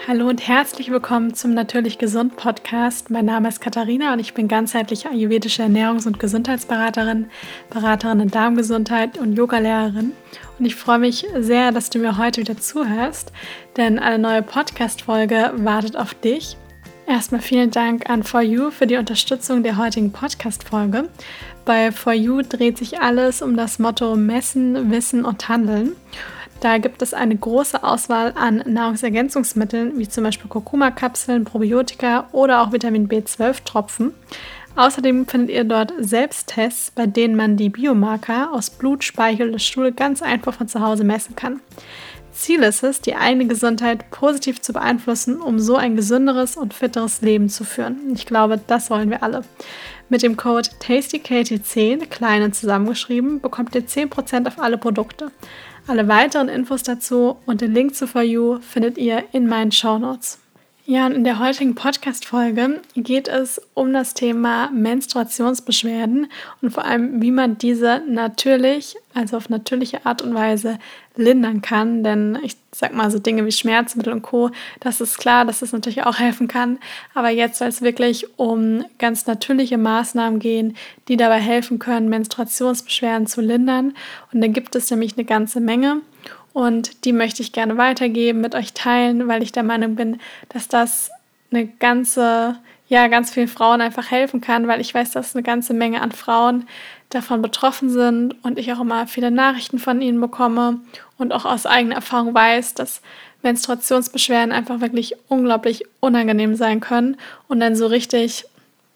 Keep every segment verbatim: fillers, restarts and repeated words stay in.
Hallo und herzlich willkommen zum Natürlich Gesund Podcast. Mein Name ist Katharina und ich bin ganzheitliche ayurvedische Ernährungs- und Gesundheitsberaterin, Beraterin in Darmgesundheit und Yogalehrerin. Und ich freue mich sehr, dass du mir heute wieder zuhörst, denn eine neue Podcast-Folge wartet auf dich. Erstmal vielen Dank an For You für die Unterstützung der heutigen Podcast-Folge. Bei For You dreht sich alles um das Motto Messen, Wissen und Handeln. Da gibt es eine große Auswahl an Nahrungsergänzungsmitteln, wie zum Beispiel Kurkuma-Kapseln, Probiotika oder auch Vitamin B zwölf Tropfen. Außerdem findet ihr dort Selbsttests, bei denen man die Biomarker aus Blut, Speichel oder Stuhl ganz einfach von zu Hause messen kann. Ziel ist es, die eigene Gesundheit positiv zu beeinflussen, um so ein gesünderes und fitteres Leben zu führen. Ich glaube, das wollen wir alle. Mit dem Code TASTYKATIE zehn, klein und zusammengeschrieben, bekommt ihr zehn Prozent auf alle Produkte. Alle weiteren Infos dazu und den Link zu For You findet ihr in meinen Shownotes. Ja, und in der heutigen Podcast-Folge geht es um das Thema Menstruationsbeschwerden und vor allem, wie man diese natürlich, also auf natürliche Art und Weise lindern kann. Denn ich sag mal, so Dinge wie Schmerzmittel und Co., das ist klar, dass das natürlich auch helfen kann. Aber jetzt soll es wirklich um ganz natürliche Maßnahmen gehen, die dabei helfen können, Menstruationsbeschwerden zu lindern. Und da gibt es nämlich eine ganze Menge. Und die möchte ich gerne weitergeben, mit euch teilen, weil ich der Meinung bin, dass das eine ganze, ja, ganz vielen Frauen einfach helfen kann, weil ich weiß, dass eine ganze Menge an Frauen davon betroffen sind und ich auch immer viele Nachrichten von ihnen bekomme und auch aus eigener Erfahrung weiß, dass Menstruationsbeschwerden einfach wirklich unglaublich unangenehm sein können und dann so richtig,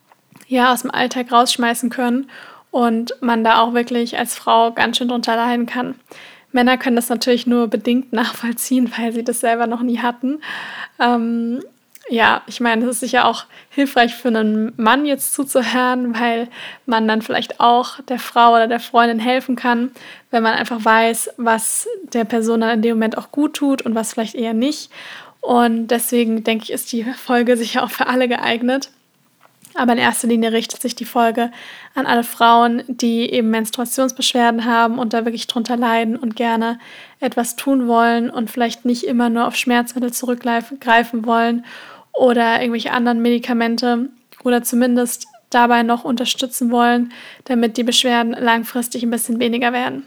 ja, aus dem Alltag rausschmeißen können und man da auch wirklich als Frau ganz schön drunter leiden kann. Männer können das natürlich nur bedingt nachvollziehen, weil sie das selber noch nie hatten. Ähm, ja, ich meine, es ist sicher auch hilfreich für einen Mann jetzt zuzuhören, weil man dann vielleicht auch der Frau oder der Freundin helfen kann, wenn man einfach weiß, was der Person dann in dem Moment auch gut tut und was vielleicht eher nicht. Und deswegen denke ich, ist die Folge sicher auch für alle geeignet. Aber in erster Linie richtet sich die Folge an alle Frauen, die eben Menstruationsbeschwerden haben und da wirklich drunter leiden und gerne etwas tun wollen und vielleicht nicht immer nur auf Schmerzmittel zurückgreifen wollen oder irgendwelche anderen Medikamente oder zumindest dabei noch unterstützen wollen, damit die Beschwerden langfristig ein bisschen weniger werden.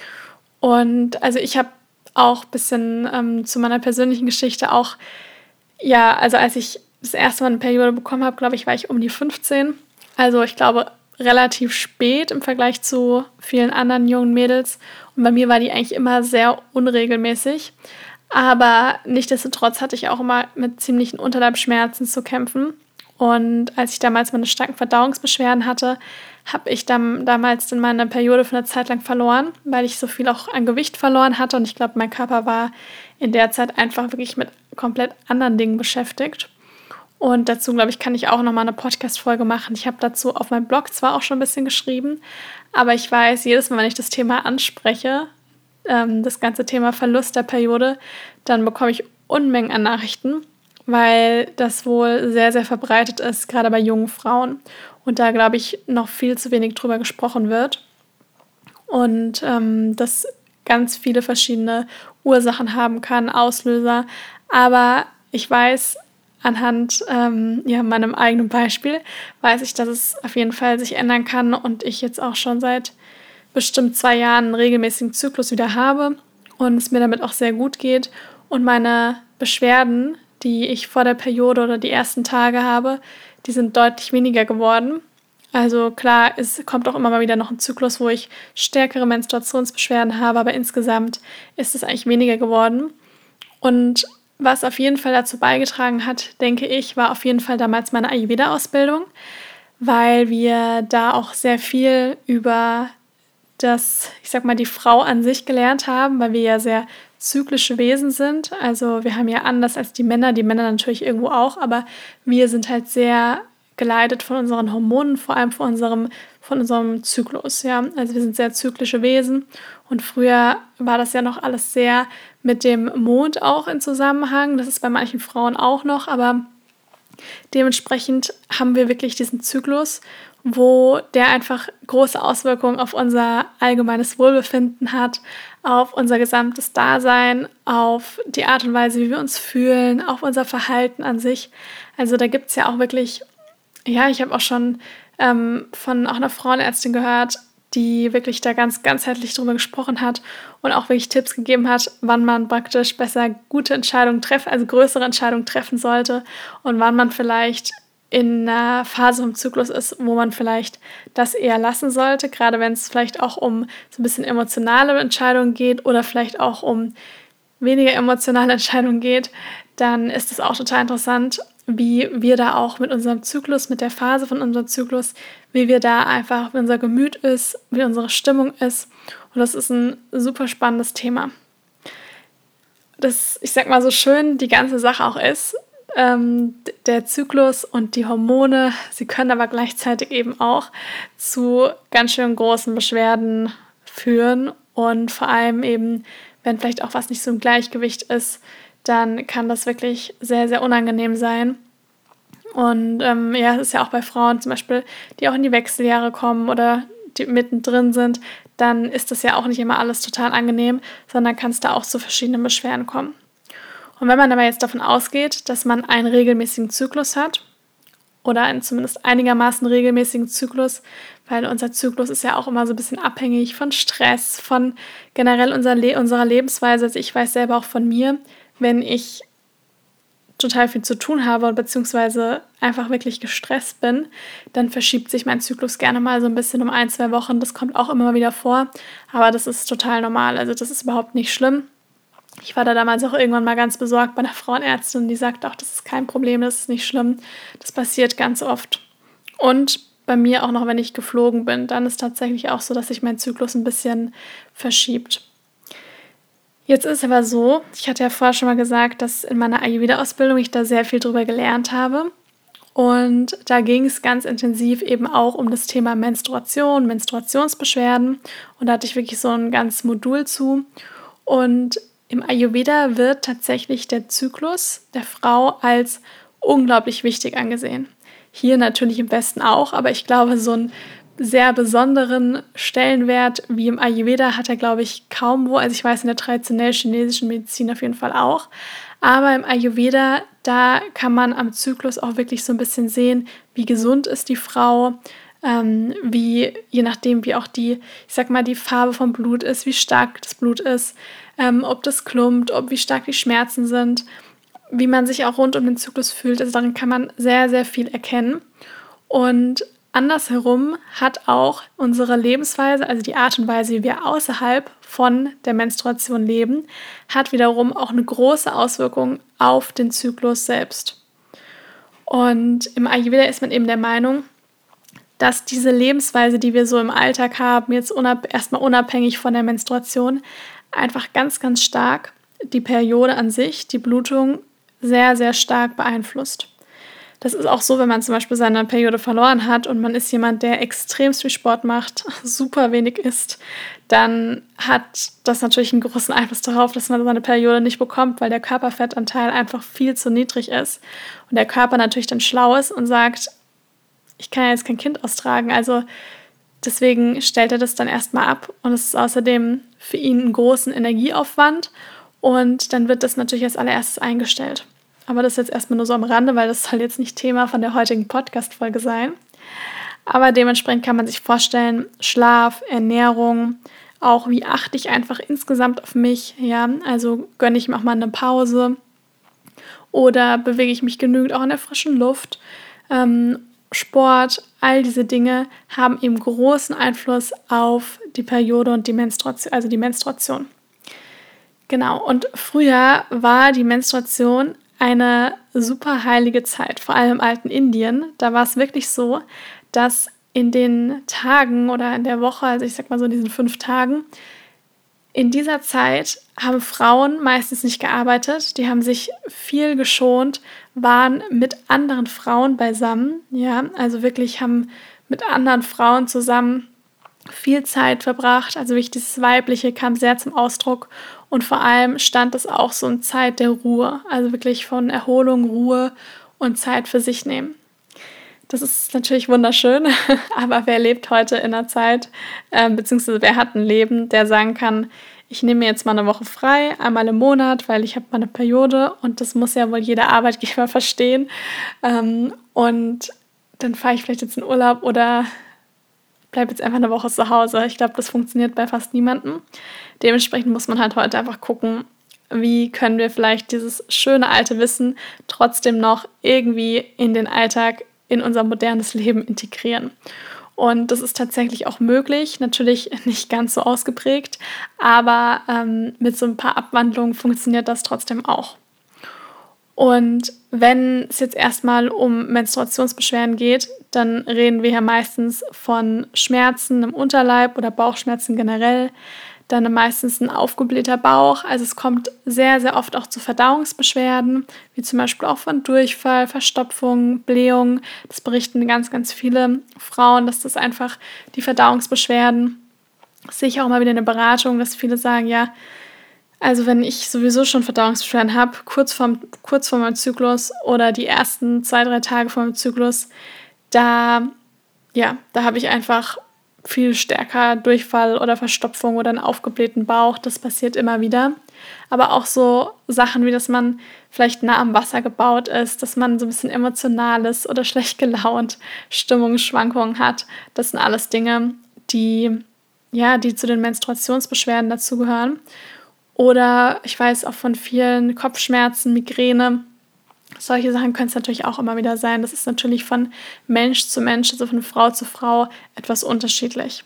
Und also ich habe auch ein bisschen ähm, zu meiner persönlichen Geschichte auch, ja, also als ich das erste Mal eine Periode bekommen habe, glaube ich, war ich um die fünfzehn. Also ich glaube relativ spät im Vergleich zu vielen anderen jungen Mädels. Und bei mir war die eigentlich immer sehr unregelmäßig. Aber nichtsdestotrotz hatte ich auch immer mit ziemlichen Unterleibsschmerzen zu kämpfen. Und als ich damals meine starken Verdauungsbeschwerden hatte, habe ich dann damals dann meine Periode für eine Zeit lang verloren, weil ich so viel auch an Gewicht verloren hatte. Und ich glaube, mein Körper war in der Zeit einfach wirklich mit komplett anderen Dingen beschäftigt. Und dazu, glaube ich, kann ich auch nochmal eine Podcast-Folge machen. Ich habe dazu auf meinem Blog zwar auch schon ein bisschen geschrieben, aber ich weiß, jedes Mal, wenn ich das Thema anspreche, ähm, das ganze Thema Verlust der Periode, dann bekomme ich Unmengen an Nachrichten, weil das wohl sehr, sehr verbreitet ist, gerade bei jungen Frauen. Und da, glaube ich, noch viel zu wenig drüber gesprochen wird. Und ähm, das ganz viele verschiedene Ursachen haben kann, Auslöser. Aber ich weiß, anhand ähm, ja, meinem eigenen Beispiel weiß ich, dass es auf jeden Fall sich ändern kann und ich jetzt auch schon seit bestimmt zwei Jahren einen regelmäßigen Zyklus wieder habe und es mir damit auch sehr gut geht und meine Beschwerden, die ich vor der Periode oder die ersten Tage habe, die sind deutlich weniger geworden. Also klar, es kommt auch immer mal wieder noch ein Zyklus, wo ich stärkere Menstruationsbeschwerden habe, aber insgesamt ist es eigentlich weniger geworden. Und was auf jeden Fall dazu beigetragen hat, denke ich, war auf jeden Fall damals meine Ayurveda-Ausbildung, weil wir da auch sehr viel über das, ich sag mal, die Frau an sich gelernt haben, weil wir ja sehr zyklische Wesen sind. Also wir haben ja anders als die Männer, die Männer natürlich irgendwo auch, aber wir sind halt sehr geleitet von unseren Hormonen, vor allem von unserem, von unserem Zyklus. Ja? Also wir sind sehr zyklische Wesen und früher war das ja noch alles sehr mit dem Mond auch in Zusammenhang. Das ist bei manchen Frauen auch noch, aber Dementsprechend haben wir wirklich diesen Zyklus, wo der einfach große Auswirkungen auf unser allgemeines Wohlbefinden hat, auf unser gesamtes Dasein, auf die Art und Weise, wie wir uns fühlen, auf unser Verhalten an sich. Also da gibt es ja auch wirklich, ja, ich habe auch schon ähm, von auch einer Frauenärztin gehört, die wirklich da ganz ganzheitlich drüber gesprochen hat und auch wirklich Tipps gegeben hat, wann man praktisch besser gute Entscheidungen treffen, also größere Entscheidungen treffen sollte und wann man vielleicht in einer Phase vom Zyklus ist, wo man vielleicht das eher lassen sollte, gerade wenn es vielleicht auch um so ein bisschen emotionale Entscheidungen geht oder vielleicht auch um weniger emotionale Entscheidungen geht, dann ist es auch total interessant, wie wir da auch mit unserem Zyklus, mit der Phase von unserem Zyklus, wie wir da einfach, wie unser Gemüt ist, wie unsere Stimmung ist. Und das ist ein super spannendes Thema. Das, ich sag mal, so schön die ganze Sache auch ist, ähm, der Zyklus und die Hormone, sie können aber gleichzeitig eben auch zu ganz schön großen Beschwerden führen und vor allem eben, wenn vielleicht auch was nicht so im Gleichgewicht ist, dann kann das wirklich sehr, sehr unangenehm sein. Und ähm, ja, es ist ja auch bei Frauen zum Beispiel, die auch in die Wechseljahre kommen oder die mittendrin sind, dann ist das ja auch nicht immer alles total angenehm, sondern kann es da auch zu verschiedenen Beschwerden kommen. Und wenn man aber jetzt davon ausgeht, dass man einen regelmäßigen Zyklus hat oder einen zumindest einigermaßen regelmäßigen Zyklus, weil unser Zyklus ist ja auch immer so ein bisschen abhängig von Stress, von generell unserer, Le- unserer Lebensweise. Also ich weiß selber auch von mir, wenn ich total viel zu tun habe beziehungsweise einfach wirklich gestresst bin, dann verschiebt sich mein Zyklus gerne mal so ein bisschen um ein, zwei Wochen. Das kommt auch immer wieder vor, aber das ist total normal. Also das ist überhaupt nicht schlimm. Ich war da damals auch irgendwann mal ganz besorgt bei einer Frauenärztin, die sagt auch, das ist kein Problem, das ist nicht schlimm. Das passiert ganz oft. Und bei mir auch noch, wenn ich geflogen bin, dann ist tatsächlich auch so, dass sich mein Zyklus ein bisschen verschiebt. Jetzt ist es aber so, ich hatte ja vorher schon mal gesagt, dass in meiner Ayurveda-Ausbildung ich da sehr viel drüber gelernt habe. Und da ging es ganz intensiv eben auch um das Thema Menstruation, Menstruationsbeschwerden. Und da hatte ich wirklich so ein ganzes Modul zu. Und im Ayurveda wird tatsächlich der Zyklus der Frau als unglaublich wichtig angesehen. Hier natürlich im Westen auch, aber ich glaube, so einen sehr besonderen Stellenwert wie im Ayurveda hat er, glaube ich, kaum wo. Also ich weiß, in der traditionell chinesischen Medizin auf jeden Fall auch. Aber im Ayurveda, da kann man am Zyklus auch wirklich so ein bisschen sehen, wie gesund ist die Frau, ähm, wie, je nachdem, wie auch die, ich sag mal, die Farbe vom Blut ist, wie stark das Blut ist, ähm, ob das klumpt, ob wie stark die Schmerzen sind, wie man sich auch rund um den Zyklus fühlt. Also darin kann man sehr, sehr viel erkennen. Und andersherum hat auch unsere Lebensweise, also die Art und Weise, wie wir außerhalb von der Menstruation leben, hat wiederum auch eine große Auswirkung auf den Zyklus selbst. Und im Ayurveda ist man eben der Meinung, dass diese Lebensweise, die wir so im Alltag haben, jetzt unab- erstmal unabhängig von der Menstruation, einfach ganz, ganz stark die Periode an sich, die Blutung, sehr, sehr stark beeinflusst. Das ist auch so, wenn man zum Beispiel seine Periode verloren hat und man ist jemand, der extrem viel Sport macht, super wenig isst, dann hat das natürlich einen großen Einfluss darauf, dass man seine Periode nicht bekommt, weil der Körperfettanteil einfach viel zu niedrig ist und der Körper natürlich dann schlau ist und sagt, ich kann ja jetzt kein Kind austragen, also deswegen stellt er das dann erstmal ab und es ist außerdem für ihn einen großen Energieaufwand und dann wird das natürlich als allererstes eingestellt. Aber das ist jetzt erstmal nur so am Rande, weil das soll jetzt nicht Thema von der heutigen Podcast-Folge sein. Aber dementsprechend kann man sich vorstellen, Schlaf, Ernährung, auch wie achte ich einfach insgesamt auf mich, ja, also gönne ich mir auch mal eine Pause oder bewege ich mich genügend auch in der frischen Luft. Ähm, Sport, all diese Dinge haben eben großen Einfluss auf die Periode und die Menstruation, also die Menstruation. Genau, und früher war die Menstruation eine super heilige Zeit, vor allem im alten Indien. Da war es wirklich so, dass in den Tagen oder in der Woche, also ich sag mal so in diesen fünf Tagen, in dieser Zeit haben Frauen meistens nicht gearbeitet, die haben sich viel geschont, waren mit anderen Frauen beisammen, ja, also wirklich haben mit anderen Frauen zusammen viel Zeit verbracht, also wirklich dieses Weibliche kam sehr zum Ausdruck und vor allem stand es auch so in Zeit der Ruhe, also wirklich von Erholung, Ruhe und Zeit für sich nehmen. Das ist natürlich wunderschön, aber wer lebt heute in einer Zeit, äh, beziehungsweise wer hat ein Leben, der sagen kann, ich nehme mir jetzt mal eine Woche frei, einmal im Monat, weil ich habe mal eine Periode und das muss ja wohl jeder Arbeitgeber verstehen. Ähm, und dann fahre ich vielleicht jetzt in Urlaub oder bleibe jetzt einfach eine Woche zu Hause. Ich glaube, das funktioniert bei fast niemandem. Dementsprechend muss man halt heute einfach gucken, wie können wir vielleicht dieses schöne alte Wissen trotzdem noch irgendwie in den Alltag, in unser modernes Leben integrieren. Und das ist tatsächlich auch möglich, natürlich nicht ganz so ausgeprägt, aber ähm, mit so ein paar Abwandlungen funktioniert das trotzdem auch. Und wenn es jetzt erstmal um Menstruationsbeschwerden geht, dann reden wir hier meistens von Schmerzen im Unterleib oder Bauchschmerzen generell, dann meistens ein aufgeblähter Bauch. Also es kommt sehr, sehr oft auch zu Verdauungsbeschwerden, wie zum Beispiel auch von Durchfall, Verstopfung, Blähung. Das berichten ganz, ganz viele Frauen, dass das einfach die Verdauungsbeschwerden, das sehe ich auch immer wieder in der Beratung, dass viele sagen, ja, also wenn ich sowieso schon Verdauungsbeschwerden habe, kurz vor, kurz vor meinem Zyklus oder die ersten zwei, drei Tage vor meinem Zyklus, da, ja, da habe ich einfach viel stärker Durchfall oder Verstopfung oder einen aufgeblähten Bauch. Das passiert immer wieder. Aber auch so Sachen wie, dass man vielleicht nah am Wasser gebaut ist, dass man so ein bisschen emotional ist oder schlecht gelaunt, Stimmungsschwankungen hat. Das sind alles Dinge, die, ja, die zu den Menstruationsbeschwerden dazugehören. Oder ich weiß auch von vielen Kopfschmerzen, Migräne. Solche Sachen können es natürlich auch immer wieder sein. Das ist natürlich von Mensch zu Mensch, also von Frau zu Frau, etwas unterschiedlich.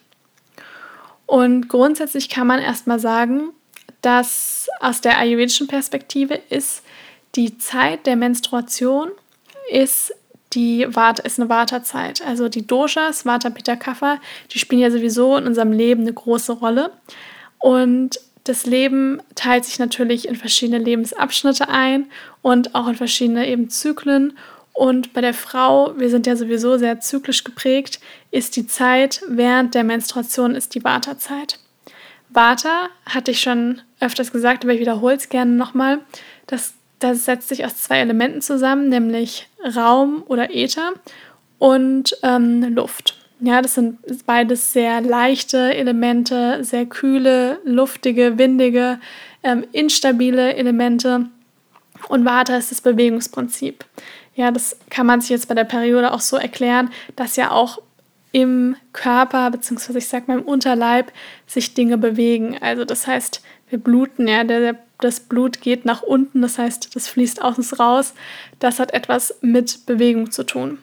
Und grundsätzlich kann man erstmal sagen, dass aus der ayurvedischen Perspektive ist die Zeit der Menstruation ist, die Vata, ist eine Vata-Zeit. Also die Doshas, Vata, Pitta, Kapha, die spielen ja sowieso in unserem Leben eine große Rolle. Und das Leben teilt sich natürlich in verschiedene Lebensabschnitte ein und auch in verschiedene eben Zyklen. Und bei der Frau, wir sind ja sowieso sehr zyklisch geprägt, ist die Zeit während der Menstruation ist die Vata-Zeit. Vata, hatte ich schon öfters gesagt, aber ich wiederhole es gerne nochmal, das, das setzt sich aus zwei Elementen zusammen, nämlich Raum oder Äther und ähm, Luft. Ja, das sind beides sehr leichte Elemente, sehr kühle, luftige, windige, ähm, instabile Elemente. Und Vata ist das Bewegungsprinzip. Ja, das kann man sich jetzt bei der Periode auch so erklären, dass ja auch im Körper, beziehungsweise ich sag mal im Unterleib, sich Dinge bewegen. Also das heißt, wir bluten, ja, der, das Blut geht nach unten, das heißt, das fließt außen raus. Das hat etwas mit Bewegung zu tun.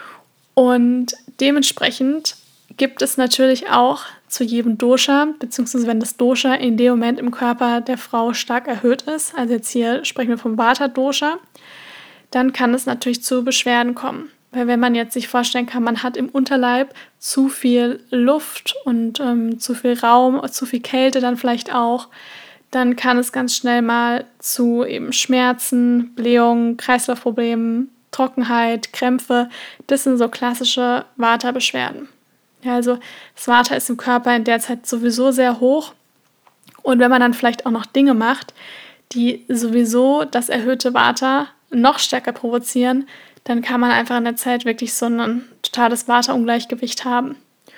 Und dementsprechend gibt es natürlich auch zu jedem Dosha, beziehungsweise wenn das Dosha in dem Moment im Körper der Frau stark erhöht ist, also jetzt hier sprechen wir vom Vata-Dosha, dann kann es natürlich zu Beschwerden kommen. Weil wenn man jetzt sich vorstellen kann, man hat im Unterleib zu viel Luft und ähm, zu viel Raum, zu viel Kälte dann vielleicht auch, dann kann es ganz schnell mal zu eben Schmerzen, Blähungen, Kreislaufproblemen, Trockenheit, Krämpfe, das sind so klassische Vata-Beschwerden. Ja, also das Vata ist im Körper in der Zeit sowieso sehr hoch und wenn man dann vielleicht auch noch Dinge macht, die sowieso das erhöhte Vata noch stärker provozieren, dann kann man einfach in der Zeit wirklich so ein totales Vata-Ungleichgewicht haben.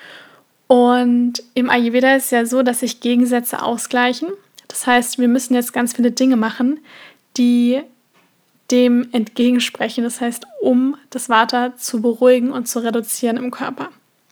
Und im Ayurveda ist es ja so, dass sich Gegensätze ausgleichen. Das heißt, wir müssen jetzt ganz viele Dinge machen, die dem entgegensprechen. Das heißt, um das Vata zu beruhigen und zu reduzieren im Körper.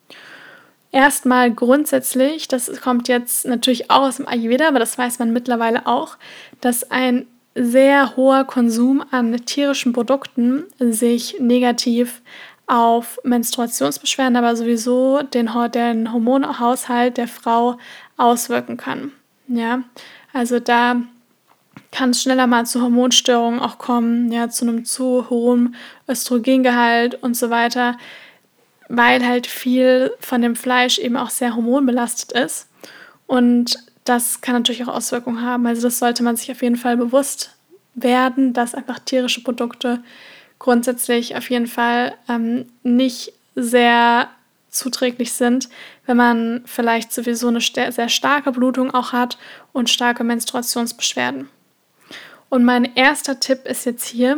Erstmal grundsätzlich, das kommt jetzt natürlich auch aus dem Ayurveda, aber das weiß man mittlerweile auch, dass ein sehr hoher Konsum an tierischen Produkten sich negativ auf Menstruationsbeschwerden, aber sowieso den, den Hormonhaushalt der Frau auswirken kann. Ja, also da kann es schneller mal zu Hormonstörungen auch kommen, ja, zu einem zu hohen Östrogengehalt und so weiter, weil halt viel von dem Fleisch eben auch sehr hormonbelastet ist. Und das kann natürlich auch Auswirkungen haben. Also das sollte man sich auf jeden Fall bewusst werden, dass einfach tierische Produkte grundsätzlich auf jeden Fall ähm, nicht sehr zuträglich sind, wenn man vielleicht sowieso eine st- sehr starke Blutung auch hat und starke Menstruationsbeschwerden. Und mein erster Tipp ist jetzt hier,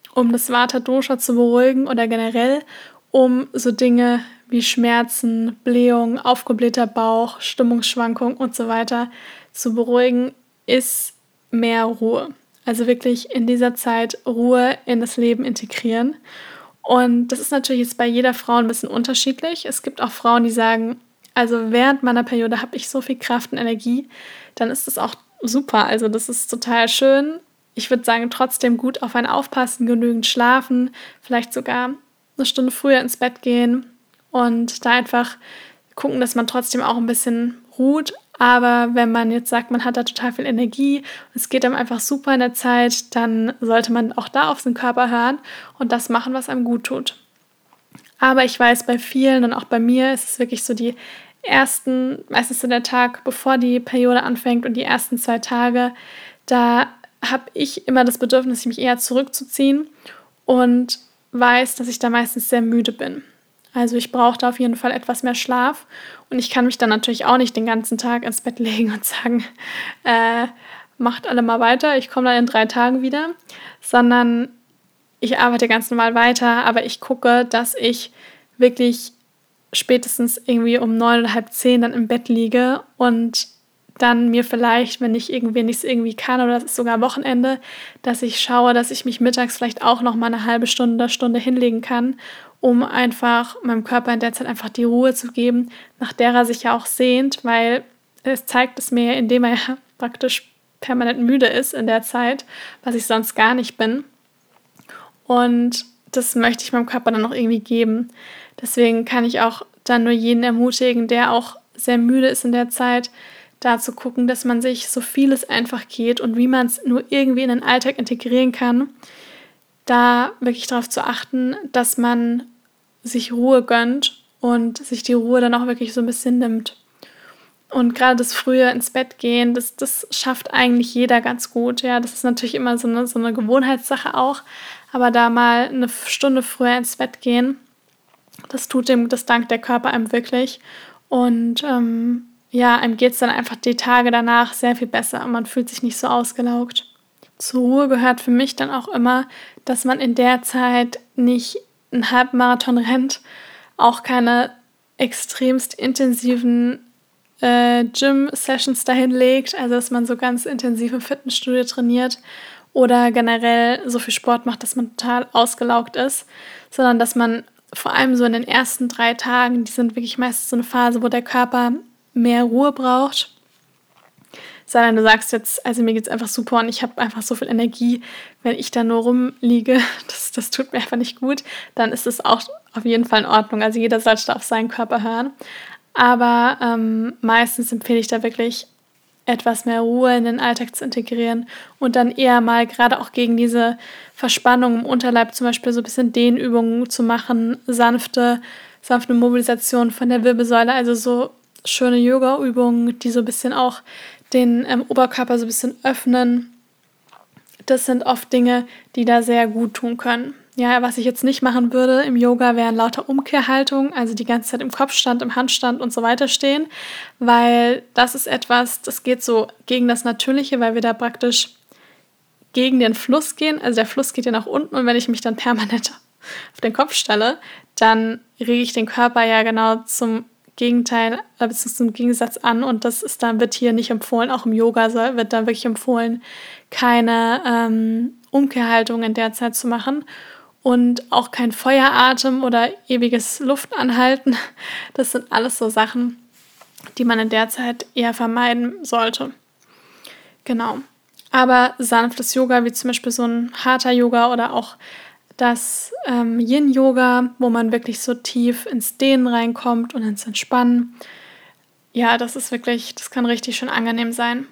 um das Vata-Dosha zu beruhigen oder generell um so Dinge wie Schmerzen, Blähung, aufgeblähter Bauch, Stimmungsschwankungen und so weiter zu beruhigen, ist mehr Ruhe. Also wirklich in dieser Zeit Ruhe in das Leben integrieren. Und das ist natürlich jetzt bei jeder Frau ein bisschen unterschiedlich. Es gibt auch Frauen, die sagen, also während meiner Periode habe ich so viel Kraft und Energie, dann ist das auch super. Also das ist total schön. Ich würde sagen, trotzdem gut auf einen aufpassen, genügend schlafen, vielleicht sogar eine Stunde früher ins Bett gehen und da einfach gucken, dass man trotzdem auch ein bisschen ruht. Aber wenn man jetzt sagt, man hat da total viel Energie und es geht einem einfach super in der Zeit, dann sollte man auch da auf den Körper hören und das machen, was einem gut tut. Aber ich weiß, bei vielen und auch bei mir ist es wirklich so die ersten, meistens so der Tag, bevor die Periode anfängt und die ersten zwei Tage, da habe ich immer das Bedürfnis, mich eher zurückzuziehen und weiß, dass ich da meistens sehr müde bin. Also ich brauche da auf jeden Fall etwas mehr Schlaf und ich kann mich dann natürlich auch nicht den ganzen Tag ins Bett legen und sagen, äh, macht alle mal weiter, ich komme dann in drei Tagen wieder, sondern ich arbeite ganz normal weiter, aber ich gucke, dass ich wirklich spätestens irgendwie um neun oder halb zehn dann im Bett liege und dann mir vielleicht, wenn ich irgendwie nichts irgendwie kann oder es ist sogar Wochenende, dass ich schaue, dass ich mich mittags vielleicht auch noch mal eine halbe Stunde oder Stunde hinlegen kann, um einfach meinem Körper in der Zeit einfach die Ruhe zu geben, nach der er sich ja auch sehnt, weil es zeigt es mir, indem er ja praktisch permanent müde ist in der Zeit, was ich sonst gar nicht bin. Und das möchte ich meinem Körper dann noch irgendwie geben. Deswegen kann ich auch dann nur jeden ermutigen, der auch sehr müde ist in der Zeit, da zu gucken, dass man sich so vieles einfach geht und wie man es nur irgendwie in den Alltag integrieren kann, da wirklich darauf zu achten, dass man sich Ruhe gönnt und sich die Ruhe dann auch wirklich so ein bisschen nimmt. Und gerade das frühe ins Bett gehen, das, das schafft eigentlich jeder ganz gut. Ja, das ist natürlich immer so eine, so eine Gewohnheitssache auch, aber da mal eine Stunde früher ins Bett gehen, das tut dem, das dankt der Körper einem wirklich. Und ähm, ja, einem geht es dann einfach die Tage danach sehr viel besser und man fühlt sich nicht so ausgelaugt. Zur Ruhe gehört für mich dann auch immer, dass man in der Zeit nicht einen Halbmarathon rennt, auch keine extremst intensiven äh, Gym-Sessions dahin legt, also dass man so ganz intensiv im Fitnessstudio trainiert oder generell so viel Sport macht, dass man total ausgelaugt ist, sondern dass man vor allem so in den ersten drei Tagen, die sind wirklich meistens so eine Phase, wo der Körper mehr Ruhe braucht. Sondern du sagst jetzt, also mir geht es einfach super und ich habe einfach so viel Energie, wenn ich da nur rumliege, das, das tut mir einfach nicht gut, dann ist es auch auf jeden Fall in Ordnung. Also jeder sollte da auf seinen Körper hören. Aber ähm, meistens empfehle ich da wirklich etwas mehr Ruhe in den Alltag zu integrieren und dann eher mal gerade auch gegen diese Verspannung im Unterleib zum Beispiel so ein bisschen Dehnübungen zu machen, sanfte, sanfte Mobilisation von der Wirbelsäule, also so schöne Yoga-Übungen, die so ein bisschen auch den ähm, Oberkörper so ein bisschen öffnen. Das sind oft Dinge, die da sehr gut tun können. Ja, was ich jetzt nicht machen würde im Yoga, wären lauter Umkehrhaltungen, also die ganze Zeit im Kopfstand, im Handstand und so weiter stehen, weil das ist etwas, das geht so gegen das Natürliche, weil wir da praktisch gegen den Fluss gehen. Also der Fluss geht ja nach unten und wenn ich mich dann permanent auf den Kopf stelle, dann rege ich den Körper ja genau zum Gegenteil, äh, beziehungsweise zum Gegensatz an und das ist dann, wird hier nicht empfohlen, auch im Yoga soll, wird dann wirklich empfohlen, keine ähm, Umkehrhaltung in der Zeit zu machen und auch kein Feueratem oder ewiges Luftanhalten. Das sind alles so Sachen, die man in der Zeit eher vermeiden sollte. Genau. Aber sanftes Yoga, wie zum Beispiel so ein harter Yoga oder auch das ähm, Yin-Yoga, wo man wirklich so tief ins Dehnen reinkommt und ins Entspannen. Ja, das ist wirklich, das kann richtig schön angenehm sein.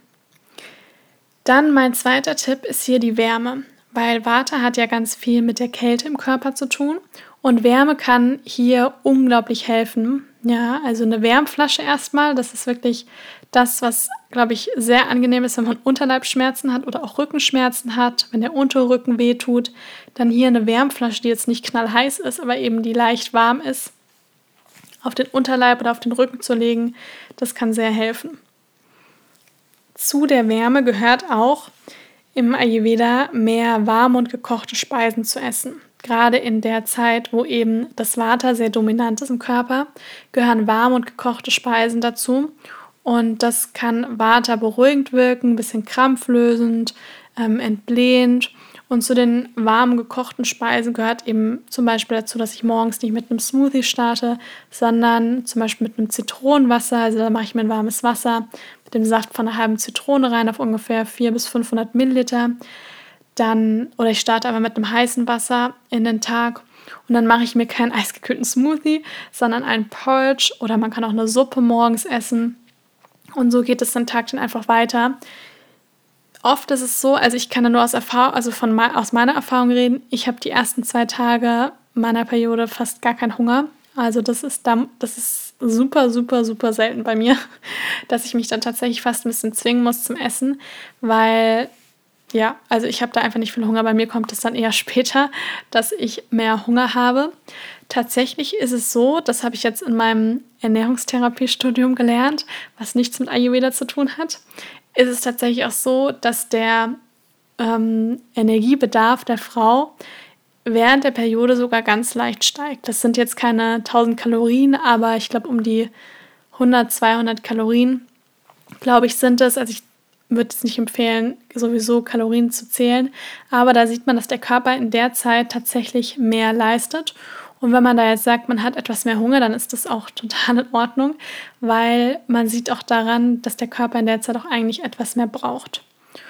Dann mein zweiter Tipp ist hier die Wärme, weil Vata hat ja ganz viel mit der Kälte im Körper zu tun und Wärme kann hier unglaublich helfen. Ja, also eine Wärmflasche erstmal, das ist wirklich das, was, glaube ich, sehr angenehm ist, wenn man Unterleibsschmerzen hat oder auch Rückenschmerzen hat, wenn der Unterrücken wehtut, dann hier eine Wärmflasche, die jetzt nicht knallheiß ist, aber eben die leicht warm ist, auf den Unterleib oder auf den Rücken zu legen, das kann sehr helfen. Zu der Wärme gehört auch im Ayurveda mehr warme und gekochte Speisen zu essen. Gerade in der Zeit, wo eben das Vata sehr dominant ist im Körper, gehören warme und gekochte Speisen dazu. Und das kann Vata beruhigend wirken, ein bisschen krampflösend, ähm, entblähend. Und zu den warmen gekochten Speisen gehört eben zum Beispiel dazu, dass ich morgens nicht mit einem Smoothie starte, sondern zum Beispiel mit einem Zitronenwasser. Also da mache ich mir ein warmes Wasser mit dem Saft von einer halben Zitrone rein auf ungefähr vierhundert bis fünfhundert Milliliter. Dann, oder ich starte aber mit einem heißen Wasser in den Tag und dann mache ich mir keinen eisgekühlten Smoothie, sondern einen Porridge oder man kann auch eine Suppe morgens essen. Und so geht es den Tag dann einfach weiter. Oft ist es so, also ich kann da nur aus Erfahrung, also von aus meiner Erfahrung reden, ich habe die ersten zwei Tage meiner Periode fast gar keinen Hunger. Also das ist dann, das ist super, super, super selten bei mir, dass ich mich dann tatsächlich fast ein bisschen zwingen muss zum Essen, weil ja, also ich habe da einfach nicht viel Hunger. Bei mir kommt es dann eher später, dass ich mehr Hunger habe. Tatsächlich ist es so, das habe ich jetzt in meinem Ernährungstherapiestudium gelernt, was nichts mit Ayurveda zu tun hat, ist es tatsächlich auch so, dass der ähm, Energiebedarf der Frau während der Periode sogar ganz leicht steigt. Das sind jetzt keine tausend Kalorien, aber ich glaube um die hundert, zweihundert Kalorien, glaube ich, sind es. Also ich würde es nicht empfehlen, sowieso Kalorien zu zählen, aber da sieht man, dass der Körper in der Zeit tatsächlich mehr leistet. Und wenn man da jetzt sagt, man hat etwas mehr Hunger, dann ist das auch total in Ordnung, weil man sieht auch daran, dass der Körper in der Zeit auch eigentlich etwas mehr braucht.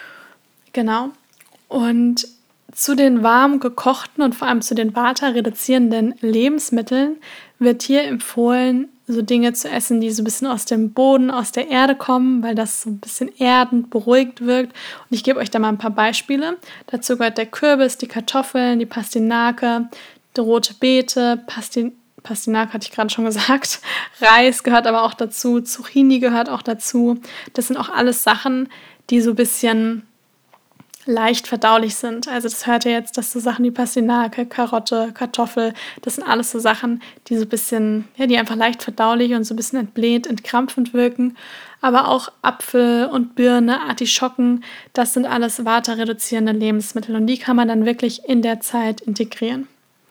Genau. Und zu den warm gekochten und vor allem zu den Vata-reduzierenden Lebensmitteln wird hier empfohlen, so Dinge zu essen, die so ein bisschen aus dem Boden, aus der Erde kommen, weil das so ein bisschen erdend, beruhigt wirkt. Und ich gebe euch da mal ein paar Beispiele. Dazu gehört der Kürbis, die Kartoffeln, die Pastinake, die rote Beete, Pastin Pastinake hatte ich gerade schon gesagt, Reis gehört aber auch dazu, Zucchini gehört auch dazu. Das sind auch alles Sachen, die so ein bisschen leicht verdaulich sind. Also das hört ihr jetzt, dass so Sachen wie Pastinake, Karotte, Kartoffel, das sind alles so Sachen, die so ein bisschen, ja, die einfach leicht verdaulich und so ein bisschen entblähend, entkrampfend wirken. Aber auch Apfel und Birne, Artischocken, das sind alles Vata-reduzierende Lebensmittel und die kann man dann wirklich in der Zeit integrieren.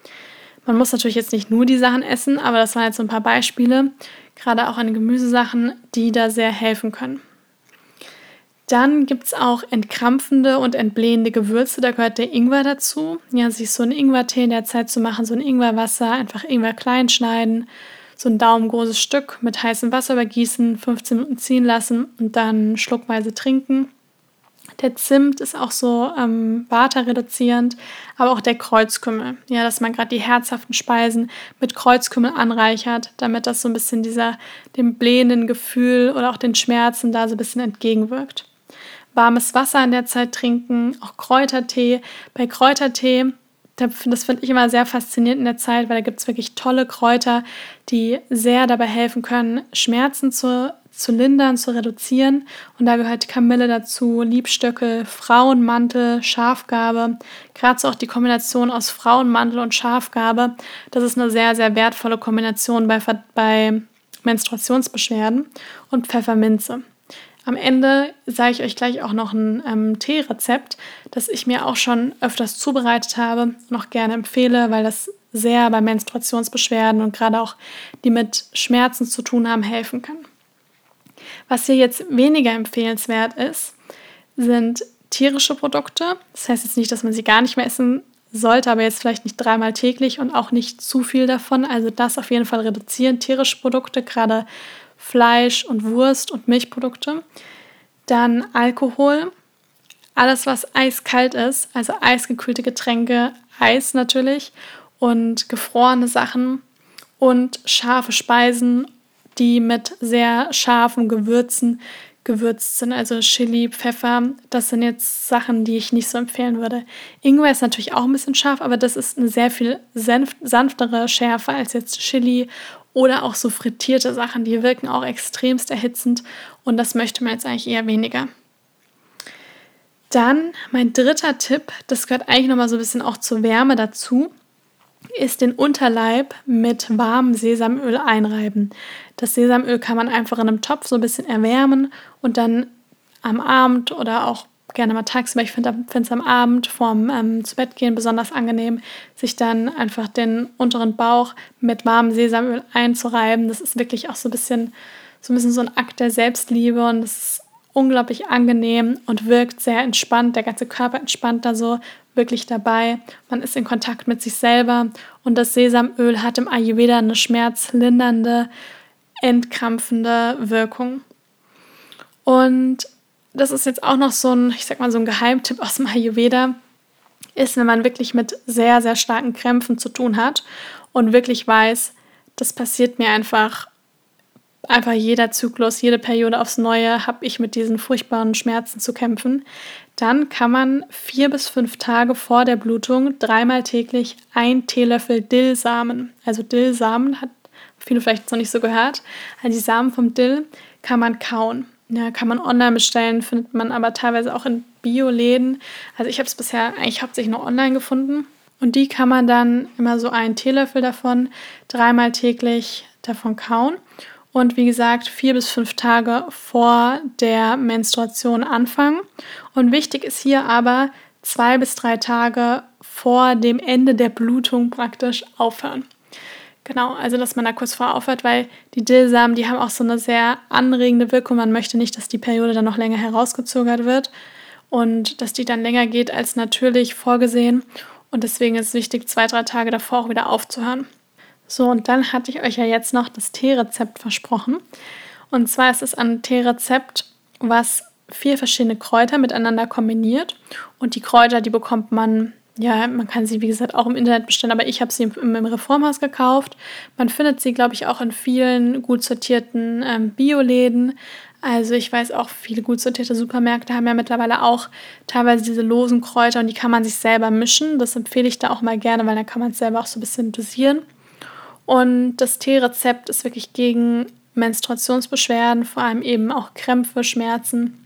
Man muss natürlich jetzt nicht nur die Sachen essen, aber das waren jetzt so ein paar Beispiele, gerade auch an Gemüsesachen, die da sehr helfen können. Dann gibt es auch entkrampfende und entblähende Gewürze, da gehört der Ingwer dazu. Ja, sich so einen Ingwertee in der Zeit zu machen, so ein Ingwerwasser, einfach Ingwer klein schneiden, so ein daumengroßes Stück mit heißem Wasser übergießen, fünfzehn Minuten ziehen lassen und dann schluckweise trinken. Der Zimt ist auch so ähm, Vata-reduzierend, aber auch der Kreuzkümmel. Ja, dass man gerade die herzhaften Speisen mit Kreuzkümmel anreichert, damit das so ein bisschen dieser, dem blähenden Gefühl oder auch den Schmerzen da so ein bisschen entgegenwirkt. Warmes Wasser in der Zeit trinken, auch Kräutertee. Bei Kräutertee, das finde ich immer sehr faszinierend in der Zeit, weil da gibt es wirklich tolle Kräuter, die sehr dabei helfen können, Schmerzen zu, zu lindern, zu reduzieren. Und da gehört Kamille dazu, Liebstöckel, Frauenmantel, Schafgarbe. Gerade so auch die Kombination aus Frauenmantel und Schafgarbe, das ist eine sehr, sehr wertvolle Kombination bei, bei Menstruationsbeschwerden. Und Pfefferminze. Am Ende sage ich euch gleich auch noch ein ähm, Teerezept, das ich mir auch schon öfters zubereitet habe und auch gerne empfehle, weil das sehr bei Menstruationsbeschwerden und gerade auch die mit Schmerzen zu tun haben, helfen kann. Was hier jetzt weniger empfehlenswert ist, sind tierische Produkte. Das heißt jetzt nicht, dass man sie gar nicht mehr essen sollte, aber jetzt vielleicht nicht dreimal täglich und auch nicht zu viel davon. Also das auf jeden Fall reduzieren. Tierische Produkte, gerade Fleisch und Wurst und Milchprodukte. Dann Alkohol, alles was eiskalt ist, also eisgekühlte Getränke, Eis natürlich und gefrorene Sachen und scharfe Speisen, die mit sehr scharfen Gewürzen gewürzt sind, also Chili, Pfeffer, das sind jetzt Sachen, die ich nicht so empfehlen würde. Ingwer ist natürlich auch ein bisschen scharf, aber das ist eine sehr viel sanftere Schärfe als jetzt Chili oder auch so frittierte Sachen, die wirken auch extremst erhitzend und das möchte man jetzt eigentlich eher weniger. Dann mein dritter Tipp, das gehört eigentlich nochmal so ein bisschen auch zur Wärme dazu, ist den Unterleib mit warmem Sesamöl einreiben. Das Sesamöl kann man einfach in einem Topf so ein bisschen erwärmen und dann am Abend oder auch gerne mal tagsüber. Ich finde es am Abend vorm ähm, zu Bett gehen besonders angenehm, sich dann einfach den unteren Bauch mit warmem Sesamöl einzureiben. Das ist wirklich auch so ein bisschen so ein bisschen so ein Akt der Selbstliebe und das ist unglaublich angenehm und wirkt sehr entspannt. Der ganze Körper entspannt da so wirklich dabei. Man ist in Kontakt mit sich selber und das Sesamöl hat im Ayurveda eine schmerzlindernde, entkrampfende Wirkung. Und das ist jetzt auch noch so ein, ich sag mal, so ein Geheimtipp aus dem Ayurveda, ist, wenn man wirklich mit sehr, sehr starken Krämpfen zu tun hat und wirklich weiß, das passiert mir einfach Einfach jeder Zyklus, jede Periode aufs Neue habe ich mit diesen furchtbaren Schmerzen zu kämpfen. Dann kann man vier bis fünf Tage vor der Blutung dreimal täglich ein Teelöffel Dillsamen. Also Dillsamen hat viele vielleicht noch nicht so gehört. Also die Samen vom Dill kann man kauen. Ja, kann man online bestellen, findet man aber teilweise auch in Bioläden. Also ich habe es bisher eigentlich hauptsächlich nur online gefunden. Und die kann man dann immer so einen Teelöffel davon dreimal täglich davon kauen. Und wie gesagt, vier bis fünf Tage vor der Menstruation anfangen. Und wichtig ist hier aber, zwei bis drei Tage vor dem Ende der Blutung praktisch aufhören. Genau, also dass man da kurz vor aufhört, weil die Dillsamen, die haben auch so eine sehr anregende Wirkung. Man möchte nicht, dass die Periode dann noch länger herausgezögert wird und dass die dann länger geht als natürlich vorgesehen. Und deswegen ist es wichtig, zwei, drei Tage davor auch wieder aufzuhören. So, und dann hatte ich euch ja jetzt noch das Teerezept versprochen. Und zwar ist es ein Teerezept, was vier verschiedene Kräuter miteinander kombiniert. Und die Kräuter, die bekommt man, ja, man kann sie, wie gesagt, auch im Internet bestellen, aber ich habe sie im, im Reformhaus gekauft. Man findet sie, glaube ich, auch in vielen gut sortierten ähm, Bioläden. Also ich weiß auch, viele gut sortierte Supermärkte haben ja mittlerweile auch teilweise diese losen Kräuter und die kann man sich selber mischen. Das empfehle ich da auch mal gerne, weil dann kann man es selber auch so ein bisschen dosieren. Und das Teerezept ist wirklich gegen Menstruationsbeschwerden, vor allem eben auch Krämpfe, Schmerzen.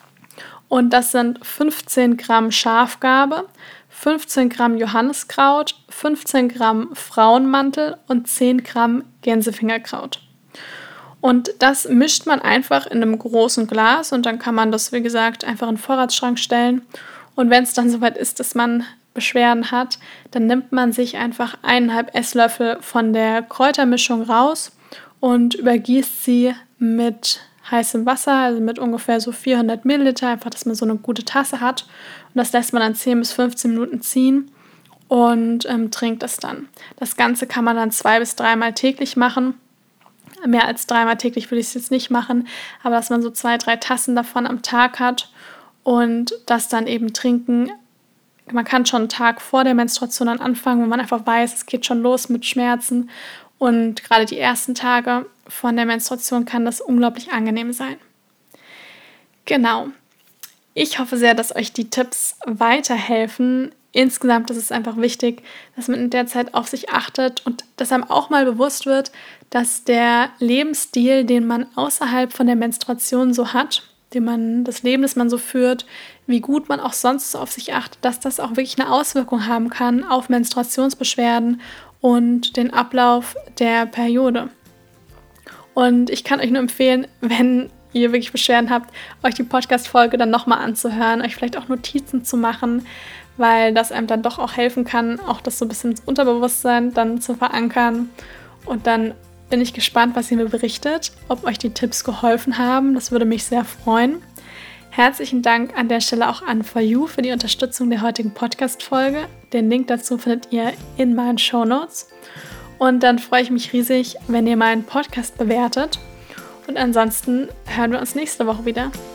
Und das sind fünfzehn Gramm Schafgarbe, fünfzehn Gramm Johanniskraut, fünfzehn Gramm Frauenmantel und zehn Gramm Gänsefingerkraut. Und das mischt man einfach in einem großen Glas und dann kann man das, wie gesagt, einfach in den Vorratsschrank stellen. Und wenn es dann soweit ist, dass man Beschwerden hat, dann nimmt man sich einfach eineinhalb Esslöffel von der Kräutermischung raus und übergießt sie mit heißem Wasser, also mit ungefähr so vierhundert Milliliter, einfach, dass man so eine gute Tasse hat. Und das lässt man dann zehn bis fünfzehn Minuten ziehen und ähm, trinkt es dann. Das Ganze kann man dann zwei bis dreimal täglich machen. Mehr als dreimal täglich würde ich es jetzt nicht machen, aber dass man so zwei, drei Tassen davon am Tag hat und das dann eben trinken. Man kann schon einen Tag vor der Menstruation dann anfangen, wo man einfach weiß, es geht schon los mit Schmerzen. Und gerade die ersten Tage von der Menstruation kann das unglaublich angenehm sein. Genau. Ich hoffe sehr, dass euch die Tipps weiterhelfen. Insgesamt ist es einfach wichtig, dass man in der Zeit auf sich achtet und dass einem auch mal bewusst wird, dass der Lebensstil, den man außerhalb von der Menstruation so hat, den man, das Leben, das man so führt, wie gut man auch sonst so auf sich achtet, dass das auch wirklich eine Auswirkung haben kann auf Menstruationsbeschwerden und den Ablauf der Periode. Und ich kann euch nur empfehlen, wenn ihr wirklich Beschwerden habt, euch die Podcast-Folge dann nochmal anzuhören, euch vielleicht auch Notizen zu machen, weil das einem dann doch auch helfen kann, auch das so ein bisschen ins Unterbewusstsein dann zu verankern. Und dann bin ich gespannt, was ihr mir berichtet, ob euch die Tipps geholfen haben. Das würde mich sehr freuen. Herzlichen Dank an der Stelle auch an For You für die Unterstützung der heutigen Podcast-Folge. Den Link dazu findet ihr in meinen Shownotes. Und dann freue ich mich riesig, wenn ihr meinen Podcast bewertet. Und ansonsten hören wir uns nächste Woche wieder.